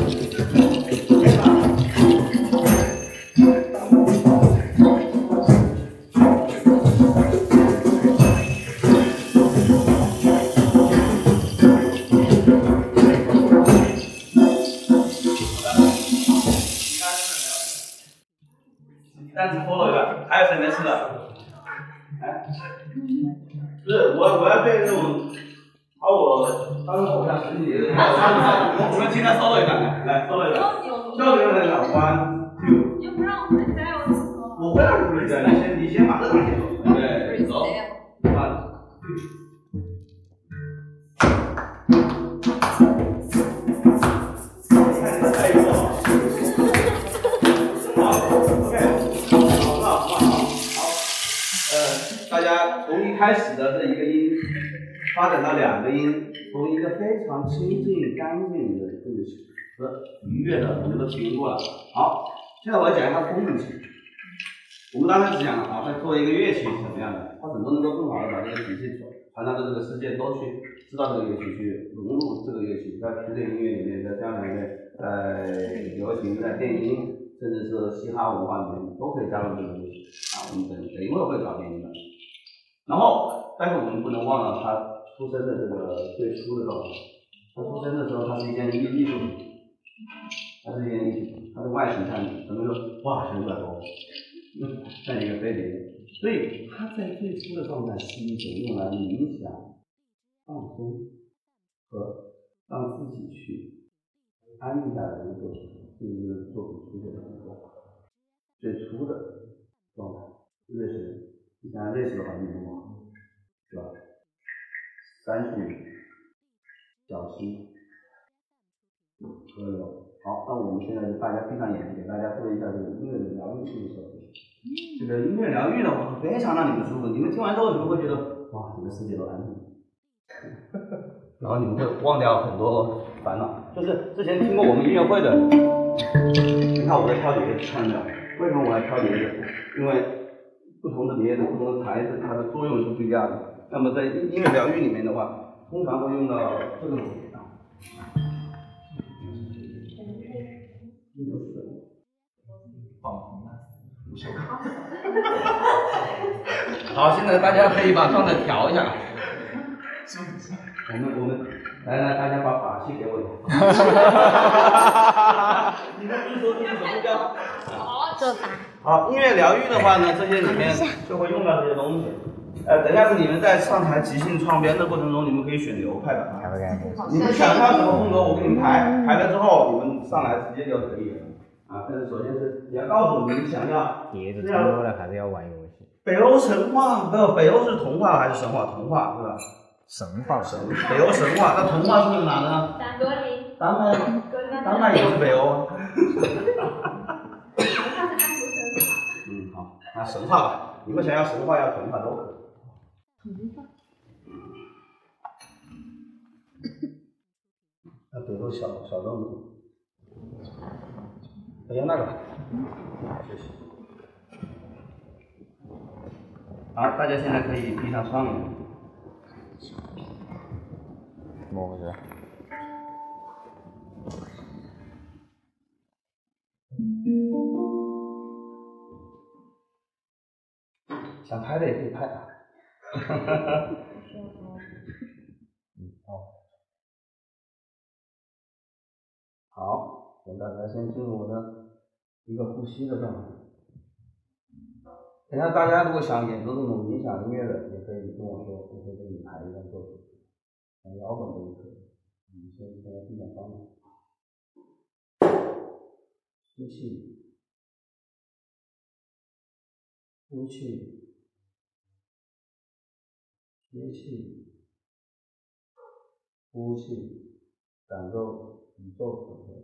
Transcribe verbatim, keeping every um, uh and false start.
单子脱了一个，还有谁没吃的？哎，不是我，我要对这种把我当成偶像十几年的人，我们今天 solo 一个，来 solo 一个，交流来讲 one two。又不让我们加油。我会让你们加油，你先你先把这拿先走，对，走 one two。大家从一开始的这一个音发展到两个音，从一个非常清净、干净的这个和愉悦的，我们都体验过了。好，现在我要讲一下功能性。我们刚才只讲了啊，它作为一个乐器是什么样的，它怎么能够更好的把这个体系传到这个世界，都去知道这个乐器，去融入这个乐器，在古典音乐里面，在交响乐、在流行、在电音，甚至是嘻哈文化里面，都可以加入这个东西啊。我们等等一会儿会搞电音的。然后，但是我们不能忘了他出生的这个最初的状态。他出生的时候，他是一件艺艺术品，他是一件艺术品，他的外形看，咱们说哇，很软柔，嗯，像一个飞碟。所以他在最初的状态是一种用来冥想、放松和让自己去安静下来的一个作品，这一个作品出现的一个最初的状态，乐是。你像类似的环境中嘛，是吧？三速、小溪、河流。好，那我们现在就大家闭上眼睛，给大家做一下这个音乐的疗愈这个手势。这个音乐疗愈的话，非常让你们舒服。你们听完之后，你们会觉得哇，你的世界都安静，然后你们会忘掉很多烦恼。就是之前听过我们音乐会的，你看我在挑碟子，看到没有？为什么我要挑碟子？因为不同的碟子、不同的材质，它的作用是不一样的。那么在音乐疗愈里面的话，通常会用到这个东西啊。好，现在大家可以把状态调一下。我们我们来来，大家把法器给我。你们不是说这是什么叫？ 好，这法。 好，音乐疗愈的话呢，这些里面就会用到这些东西。呃，等一下子你们在上台即兴创编的过程中，你们可以选流派的啊。你们想要什么风格，我给你们排，排了之后你们上来直接就可以了。啊，但是首先是你要告诉我们你想要。 碟子太多了，还是要玩游戏。 北欧神话，不，北欧是童话还是神话？童话，对吧？ 神话。 神，北欧神话，那童话是哪的呢？ 丹格林。 丹麦，丹麦也是北欧。嗯，好，那神话吧，你们想要神话要童话都可以。童话。那北欧小小动物。哎呀，那个，谢谢。好，大家现在可以闭上双眼。 摸回去。 想拍的也可以拍啊。嗯，好。好，等大家先进入我的一个呼吸的状态。等下大家如果想演奏这种冥想音乐的，也可以跟我说，我会给你排一个作品。想摇滚的也可以。我们先先来闭上双眼。吸气，呼气，吸气，呼气，感受宇宙存在。